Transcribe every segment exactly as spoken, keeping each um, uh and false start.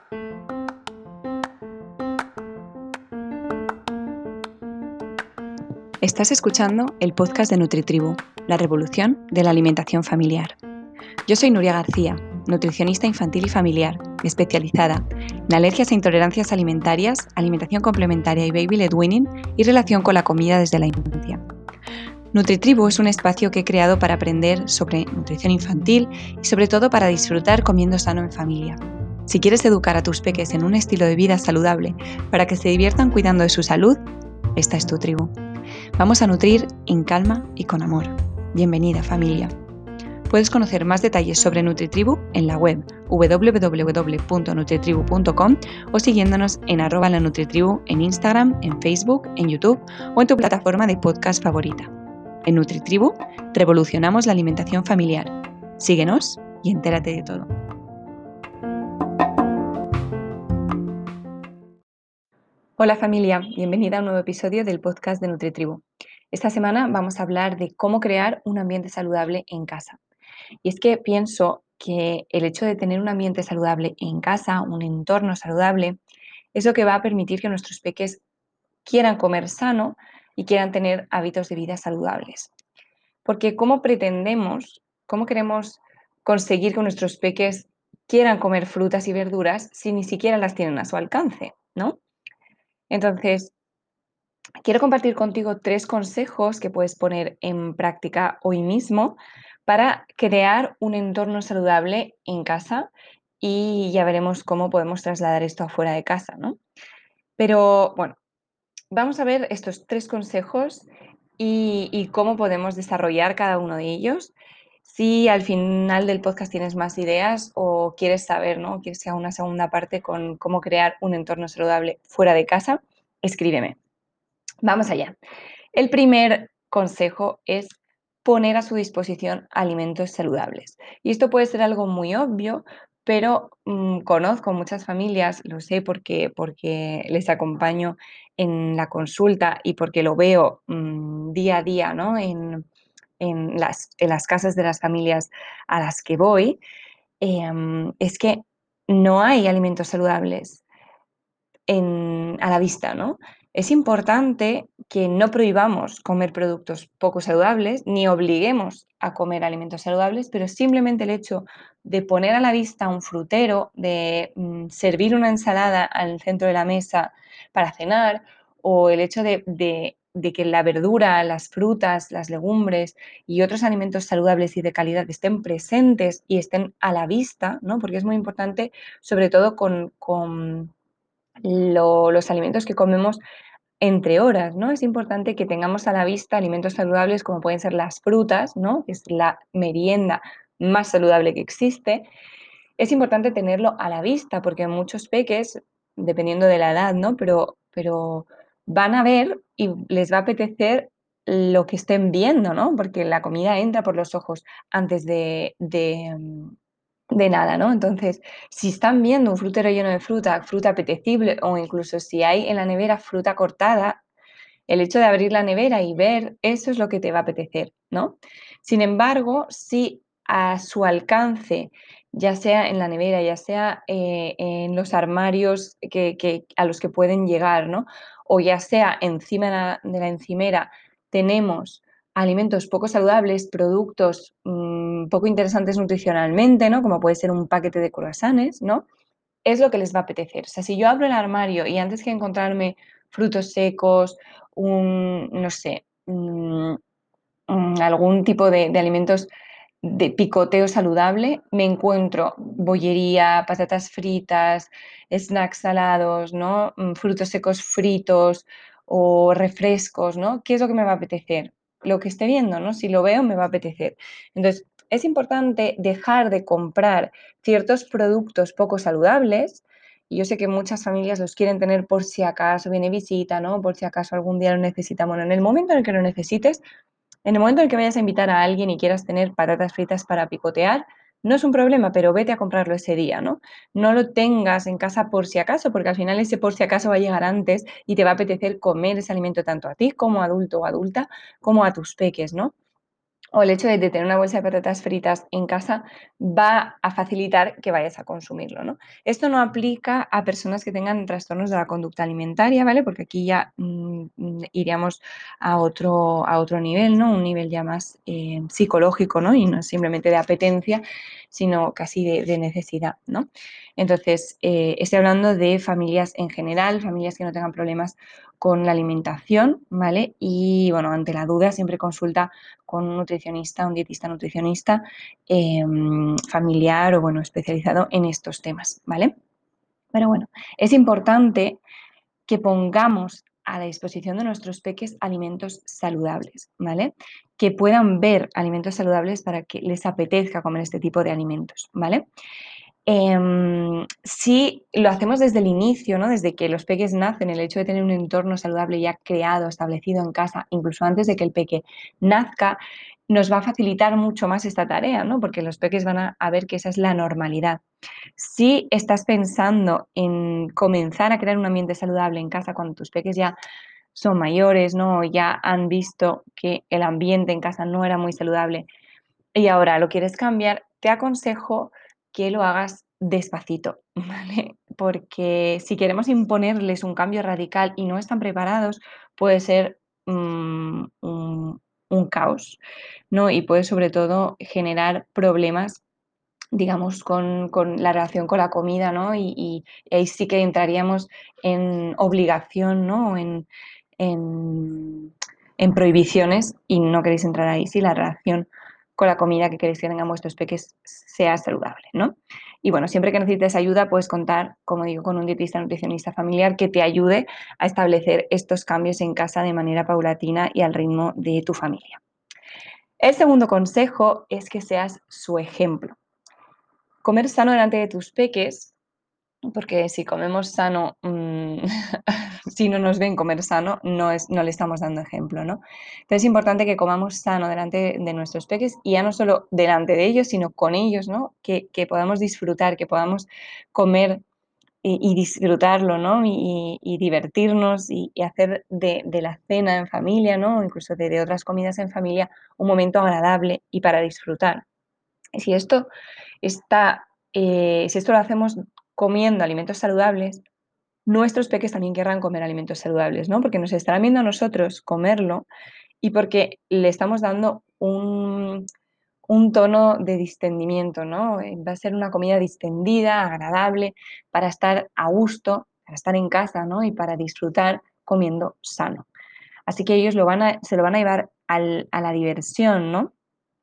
Estás escuchando el podcast de NutriTribu, la revolución de la alimentación familiar. Yo soy Nuria García, nutricionista infantil y familiar, especializada en alergias e intolerancias alimentarias, alimentación complementaria y baby-led weaning y relación con la comida desde la infancia. NutriTribu es un espacio que he creado para aprender sobre nutrición infantil y sobre todo para disfrutar comiendo sano en familia. Si quieres educar a tus peques en un estilo de vida saludable para que se diviertan cuidando de su salud, esta es tu tribu. Vamos a nutrir en calma y con amor. Bienvenida, familia. Puedes conocer más detalles sobre NutriTribu en la web doble u doble u doble u punto nutritribu punto com o siguiéndonos en arroba la NutriTribu en Instagram, en Facebook, en YouTube o en tu plataforma de podcast favorita. En NutriTribu revolucionamos la alimentación familiar. Síguenos y entérate de todo. Hola familia, bienvenida a un nuevo episodio del podcast de NutriTribu. Esta semana vamos a hablar de cómo crear un ambiente saludable en casa. Y es que pienso que el hecho de tener un ambiente saludable en casa, un entorno saludable, es lo que va a permitir que nuestros peques quieran comer sano y quieran tener hábitos de vida saludables. Porque ¿cómo pretendemos, cómo queremos conseguir que nuestros peques quieran comer frutas y verduras si ni siquiera las tienen a su alcance, ¿no? Entonces, quiero compartir contigo tres consejos que puedes poner en práctica hoy mismo para crear un entorno saludable en casa y ya veremos cómo podemos trasladar esto afuera de casa, ¿no? Pero bueno, vamos a ver estos tres consejos y, y cómo podemos desarrollar cada uno de ellos. Si al final del podcast tienes más ideas o quieres saber, ¿no? Quieres que haga una segunda parte con cómo crear un entorno saludable fuera de casa, escríbeme. Vamos allá. El primer consejo es poner a su disposición alimentos saludables. Y esto puede ser algo muy obvio, pero mmm, conozco muchas familias, lo sé porque, porque les acompaño en la consulta y porque lo veo mmm, día a día, ¿no? en, en, las, en las casas de las familias a las que voy, eh, es que no hay alimentos saludables en, a la vista, ¿no? Es importante que no prohibamos comer productos poco saludables ni obliguemos a comer alimentos saludables, pero simplemente el hecho de poner a la vista un frutero, de mm, servir una ensalada al centro de la mesa para cenar, o el hecho de, de, de que la verdura, las frutas, las legumbres y otros alimentos saludables y de calidad estén presentes y estén a la vista, ¿no? Porque es muy importante, sobre todo con, con lo, los alimentos que comemos entre horas, ¿no? Es importante que tengamos a la vista alimentos saludables como pueden ser las frutas, ¿no? Que es la merienda más saludable que existe. Es importante tenerlo a la vista porque muchos peques, dependiendo de la edad, ¿no? Pero, pero van a ver y les va a apetecer lo que estén viendo, ¿no? Porque la comida entra por los ojos antes de, de, de nada, ¿no? Entonces, si están viendo un frutero lleno de fruta, fruta apetecible o incluso si hay en la nevera fruta cortada, el hecho de abrir la nevera y ver eso es lo que te va a apetecer, ¿no? Sin embargo, si a su alcance, ya sea en la nevera, ya sea eh, en los armarios que, que, a los que pueden llegar, ¿no? O ya sea encima de la, de la encimera, tenemos alimentos poco saludables, productos mmm, poco interesantes nutricionalmente, ¿no? Como puede ser un paquete de croissants, ¿no? Es lo que les va a apetecer. O sea, si yo abro el armario y antes que encontrarme frutos secos, un, no sé, mmm, mmm, algún tipo de, de alimentos de picoteo saludable, me encuentro bollería, patatas fritas, snacks salados, ¿no? Mm, frutos secos fritos o refrescos, ¿no? ¿Qué es lo que me va a apetecer? Lo que esté viendo, ¿no? Si lo veo, me va a apetecer. Entonces, es importante dejar de comprar ciertos productos poco saludables. Y yo sé que muchas familias los quieren tener por si acaso viene visita, ¿no? Por si acaso algún día lo necesitan. Bueno, en el momento en el que lo necesites, en el momento en el que vayas a invitar a alguien y quieras tener patatas fritas para picotear, no es un problema, pero vete a comprarlo ese día, ¿no? No lo tengas en casa por si acaso, porque al final ese por si acaso va a llegar antes y te va a apetecer comer ese alimento tanto a ti como adulto o adulta, como a tus peques, ¿no? o el hecho de, de tener una bolsa de patatas fritas en casa va a facilitar que vayas a consumirlo, ¿no? Esto no aplica a personas que tengan trastornos de la conducta alimentaria, ¿vale? Porque aquí ya mm, mm, iríamos a otro, a otro nivel, ¿no? Un nivel ya más eh, psicológico, ¿no? Y no simplemente de apetencia, sino casi de, de necesidad, ¿no? Entonces, eh, estoy hablando de familias en general, familias que no tengan problemas con la alimentación, ¿vale? Y, bueno, ante la duda siempre consulta con un nutricionista, un dietista nutricionista eh, familiar o, bueno, especializado en estos temas, ¿vale? Pero, bueno, es importante que pongamos a la disposición de nuestros peques alimentos saludables, ¿vale? Que puedan ver alimentos saludables para que les apetezca comer este tipo de alimentos, ¿vale? Eh, si lo hacemos desde el inicio, ¿no? Desde que los peques nacen, el hecho de tener un entorno saludable ya creado, establecido en casa, incluso antes de que el peque nazca, nos va a facilitar mucho más esta tarea, ¿no? Porque los peques van a, a ver que esa es la normalidad. Si estás pensando en comenzar a crear un ambiente saludable en casa cuando tus peques ya son mayores, ¿no? Ya han visto que el ambiente en casa no era muy saludable y ahora lo quieres cambiar, te aconsejo que lo hagas despacito, ¿vale? Porque si queremos imponerles un cambio radical y no están preparados, puede ser mm, un, un caos, ¿no? Y puede sobre todo generar problemas, digamos, con, con la relación con la comida, ¿no? Y, y ahí sí que entraríamos en obligación, ¿no? En, en, en prohibiciones y no queréis entrar ahí si la relación con la comida que queréis que tengan vuestros peques sea saludable, ¿no? Y, bueno, siempre que necesites ayuda puedes contar, como digo, con un dietista nutricionista familiar que te ayude a establecer estos cambios en casa de manera paulatina y al ritmo de tu familia. El segundo consejo es que seas su ejemplo. Comer sano delante de tus peques, porque si comemos sano, mmm, si no nos ven comer sano, no, es, no le estamos dando ejemplo, ¿no? Entonces es importante que comamos sano delante de nuestros peques y ya no solo delante de ellos, sino con ellos, ¿no? Que, que podamos disfrutar, que podamos comer y, y disfrutarlo, ¿no? Y, y divertirnos y, y hacer de, de, la cena en familia, ¿no? Incluso de, de otras comidas en familia, un momento agradable y para disfrutar. Y si esto está, eh, si esto lo hacemos comiendo alimentos saludables, nuestros peques también querrán comer alimentos saludables, ¿no? Porque nos estarán viendo a nosotros comerlo y porque le estamos dando un, un tono de distendimiento, ¿no? Eh, Va a ser una comida distendida, agradable, para estar a gusto, para estar en casa, ¿no? Y para disfrutar comiendo sano. Así que ellos lo van a, se lo van a llevar al, a la diversión, ¿no?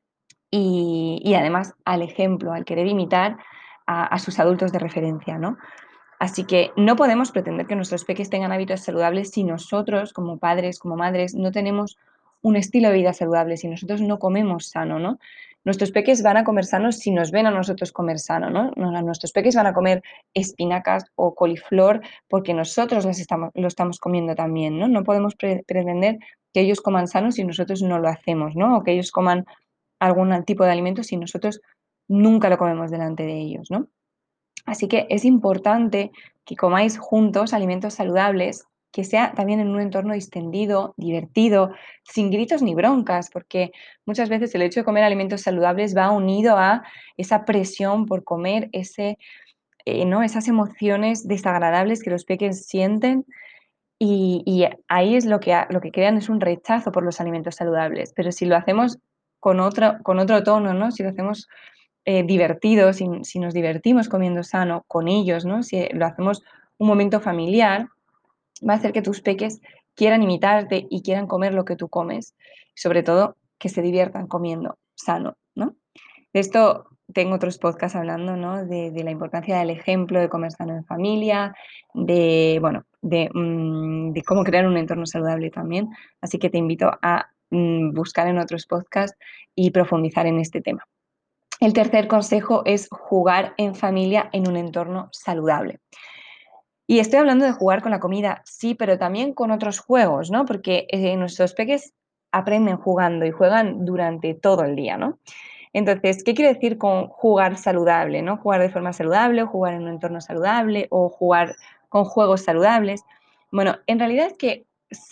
Y, y además al ejemplo, al querer imitar a, a sus adultos de referencia, ¿no? Así que no podemos pretender que nuestros peques tengan hábitos saludables si nosotros, como padres, como madres, no tenemos un estilo de vida saludable, si nosotros no comemos sano, ¿no? Nuestros peques van a comer sano si nos ven a nosotros comer sano, ¿no? Nuestros peques van a comer espinacas o coliflor porque nosotros las estamos, lo estamos comiendo también, ¿no? No podemos pre pretender que ellos coman sano si nosotros no lo hacemos, ¿no? O que ellos coman algún tipo de alimento si nosotros nunca lo comemos delante de ellos, ¿no? Así que es importante que comáis juntos alimentos saludables, que sea también en un entorno distendido, divertido, sin gritos ni broncas, porque muchas veces el hecho de comer alimentos saludables va unido a esa presión por comer, ese, eh, ¿no? esas emociones desagradables que los pequeños sienten y, y ahí es lo que, ha- lo que crean es un rechazo por los alimentos saludables. Pero si lo hacemos con otro, con otro tono, ¿no? Si lo hacemos eh, divertido, si, si nos divertimos comiendo sano con ellos, ¿no? Si lo hacemos un momento familiar, va a hacer que tus peques quieran imitarte y quieran comer lo que tú comes. Sobre todo, que se diviertan comiendo sano, ¿no? De esto tengo otros podcasts hablando, ¿no? De, de la importancia del ejemplo de comer sano en familia, de, bueno, de, mmm, de cómo crear un entorno saludable también. Así que te invito a mmm, buscar en otros podcasts y profundizar en este tema. El tercer consejo es jugar en familia en un entorno saludable. Y estoy hablando de jugar con la comida, sí, pero también con otros juegos, ¿no? Porque eh, nuestros peques aprenden jugando y juegan durante todo el día, ¿no? Entonces, ¿qué quiero decir con jugar saludable, ¿no? Jugar de forma saludable, o jugar en un entorno saludable o jugar con juegos saludables. Bueno, en realidad es que sea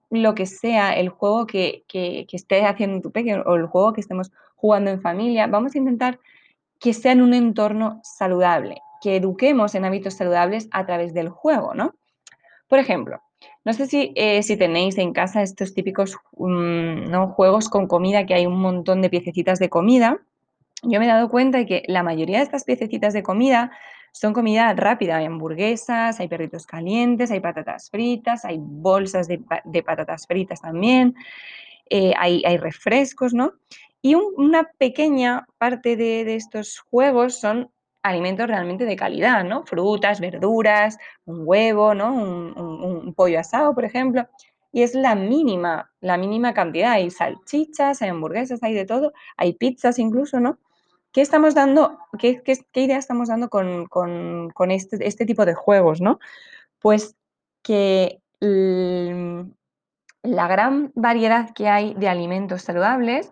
lo que sea, el juego que, que, que esté haciendo tu peque o el juego que estemos jugando en familia, vamos a intentar que sea en un entorno saludable, que eduquemos en hábitos saludables a través del juego, ¿no? Por ejemplo, no sé si, eh, si tenéis en casa estos típicos um, ¿no? juegos con comida, que hay un montón de piececitas de comida. Yo me he dado cuenta de que la mayoría de estas piececitas de comida son comida rápida. Hay hamburguesas, hay perritos calientes, hay patatas fritas, hay bolsas de, de patatas fritas también, eh, hay, hay, refrescos, ¿no? Y un, una pequeña parte de, de estos juegos son alimentos realmente de calidad, ¿no? Frutas, verduras, un huevo, ¿no? Un, un, un pollo asado, por ejemplo. Y es la mínima, la mínima cantidad. Hay salchichas, hay hamburguesas, hay de todo, hay pizzas incluso, ¿no? ¿Qué estamos dando, qué, qué, qué idea estamos dando con, con, con este, este, tipo de juegos, ¿no? Pues que mmm, la gran variedad que hay de alimentos saludables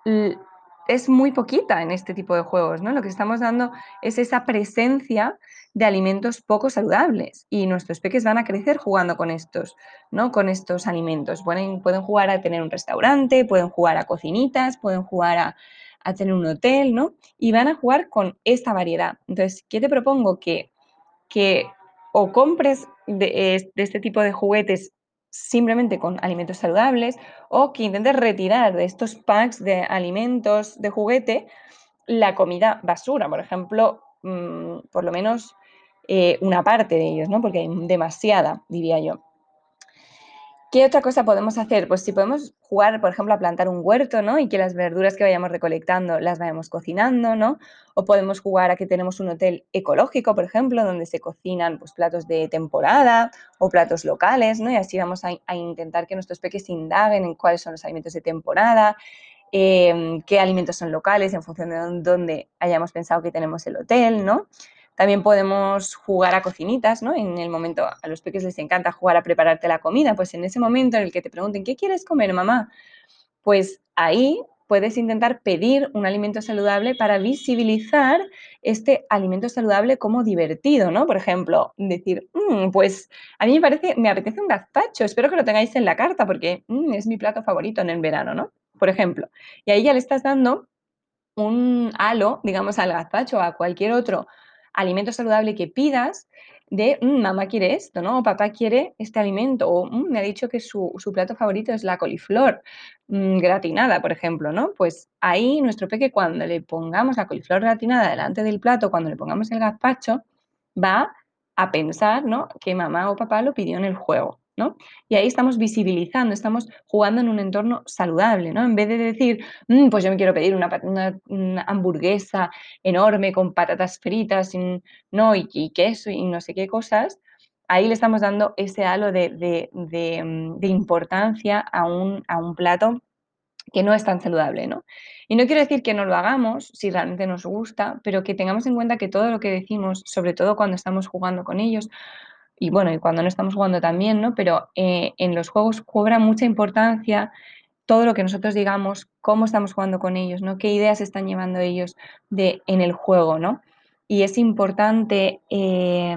es muy poquita en este tipo de juegos, ¿no? Lo que estamos dando es esa presencia de alimentos poco saludables y nuestros peques van a crecer jugando con estos, ¿no? Con estos alimentos. Pueden, pueden jugar a tener un restaurante, pueden jugar a cocinitas, pueden jugar a, a tener un hotel, ¿no? Y van a jugar con esta variedad. Entonces, ¿qué te propongo? Que, que o compres de, de este tipo de juguetes simplemente con alimentos saludables, o que intentes retirar de estos packs de alimentos de juguete la comida basura, por ejemplo, mmm, por lo menos eh, una parte de ellos, ¿no? Porque hay demasiada, diría yo. ¿Qué otra cosa podemos hacer? Pues si podemos jugar, por ejemplo, a plantar un huerto, ¿no? Y que las verduras que vayamos recolectando las vayamos cocinando, ¿no? O podemos jugar a que tenemos un hotel ecológico, por ejemplo, donde se cocinan pues, platos de temporada o platos locales, ¿no? Y así vamos a, a intentar que nuestros peques indaguen en cuáles son los alimentos de temporada, eh, qué alimentos son locales en función de dónde hayamos pensado que tenemos el hotel, ¿no? También podemos jugar a cocinitas, ¿no? En el momento, a los peques les encanta jugar a prepararte la comida, pues en ese momento en el que te pregunten, ¿qué quieres comer, mamá? Pues ahí puedes intentar pedir un alimento saludable para visibilizar este alimento saludable como divertido, ¿no? Por ejemplo, decir, mmm, pues a mí me parece, me apetece un gazpacho, espero que lo tengáis en la carta porque mmm, es mi plato favorito en el verano, ¿no? Por ejemplo. Y ahí ya le estás dando un halo, digamos, al gazpacho o a cualquier otro alimento saludable que pidas de mmm, mamá quiere esto, ¿no? O papá quiere este alimento, o mmm, me ha dicho que su, su, plato favorito es la coliflor mmm, gratinada, por ejemplo, ¿no? Pues ahí nuestro peque, cuando le pongamos la coliflor gratinada delante del plato, cuando le pongamos el gazpacho, va a pensar, ¿no? Que mamá o papá lo pidió en el juego, ¿no? Y ahí estamos visibilizando, estamos jugando en un entorno saludable, ¿no? En vez de decir, mmm, pues yo me quiero pedir una, una, una hamburguesa enorme con patatas fritas, y, ¿no? Y, y queso y no sé qué cosas, ahí le estamos dando ese halo de, de, de, de importancia a un, a un plato que no es tan saludable, ¿no? Y no quiero decir que no lo hagamos si realmente nos gusta, pero que tengamos en cuenta que todo lo que decimos, sobre todo cuando estamos jugando con ellos, y bueno, y cuando no estamos jugando también, ¿no? Pero eh, en los juegos cobra mucha importancia todo lo que nosotros digamos, cómo estamos jugando con ellos, ¿no? Qué ideas están llevando ellos de, en el juego, ¿no? Y es importante eh,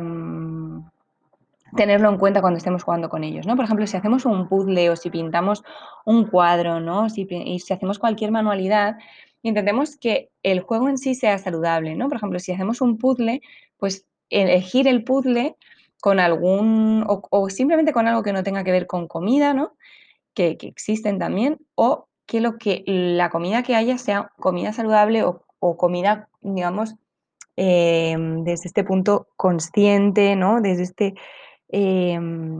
tenerlo en cuenta cuando estemos jugando con ellos, ¿no? Por ejemplo, si hacemos un puzzle o si pintamos un cuadro, ¿no? Si, y si hacemos cualquier manualidad, intentemos que el juego en sí sea saludable, ¿no? Por ejemplo, si hacemos un puzzle, pues elegir el puzzle con algún, o, o simplemente con algo que no tenga que ver con comida, ¿no? Que, que existen también, o que lo que la comida que haya sea comida saludable o, o comida, digamos, eh, desde este punto consciente, ¿no? Desde este eh,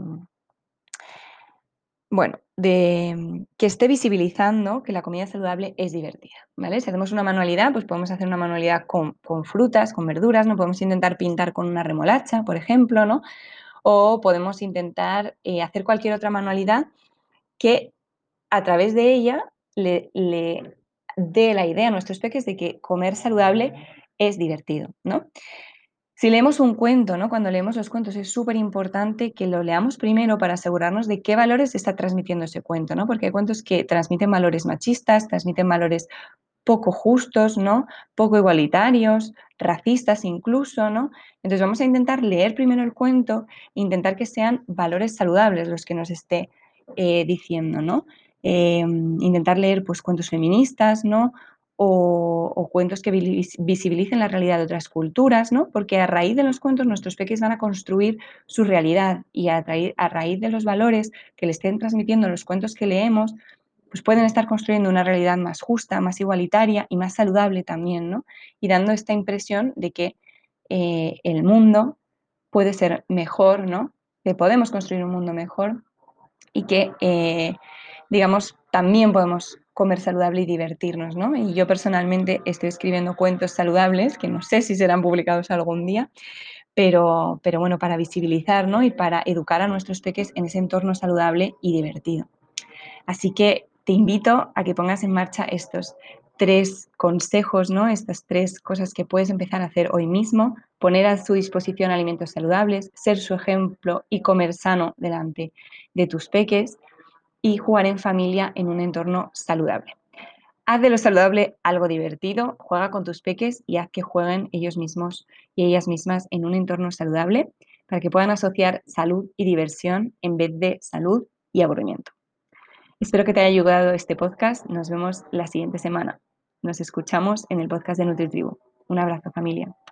bueno, de que esté visibilizando que la comida saludable es divertida, ¿vale? Si hacemos una manualidad, pues podemos hacer una manualidad con, con frutas, con verduras, ¿no? Podemos intentar pintar con una remolacha, por ejemplo, ¿no? O podemos intentar eh, hacer cualquier otra manualidad que a través de ella le, le dé la idea a nuestros peques de que comer saludable es divertido, ¿no? Si leemos un cuento, ¿no? Cuando leemos los cuentos es súper importante que lo leamos primero para asegurarnos de qué valores está transmitiendo ese cuento, ¿no? Porque hay cuentos que transmiten valores machistas, transmiten valores poco justos, ¿no? Poco igualitarios, racistas incluso, ¿no? Entonces vamos a intentar leer primero el cuento e intentar que sean valores saludables los que nos esté eh, diciendo, ¿no? Eh, intentar leer pues, cuentos feministas, ¿no? O, o cuentos que visibilicen la realidad de otras culturas, ¿no? Porque a raíz de los cuentos nuestros peques van a construir su realidad y a, a raíz de los valores que le estén transmitiendo los cuentos que leemos, pues pueden estar construyendo una realidad más justa, más igualitaria y más saludable también, ¿no? Y dando esta impresión de que eh, el mundo puede ser mejor, ¿no? Que podemos construir un mundo mejor y que, eh, digamos, también podemos comer saludable y divertirnos, ¿no? Y yo personalmente estoy escribiendo cuentos saludables, que no sé si serán publicados algún día, pero, pero bueno, para visibilizar, ¿no? Y para educar a nuestros peques en ese entorno saludable y divertido. Así que te invito a que pongas en marcha estos tres consejos, ¿no? Estas tres cosas que puedes empezar a hacer hoy mismo: poner a su disposición alimentos saludables, ser su ejemplo y comer sano delante de tus peques, y jugar en familia en un entorno saludable. Haz de lo saludable algo divertido, juega con tus peques y haz que jueguen ellos mismos y ellas mismas en un entorno saludable para que puedan asociar salud y diversión en vez de salud y aburrimiento. Espero que te haya ayudado este podcast. Nos vemos la siguiente semana. Nos escuchamos en el podcast de NutriTribu. Un abrazo, familia.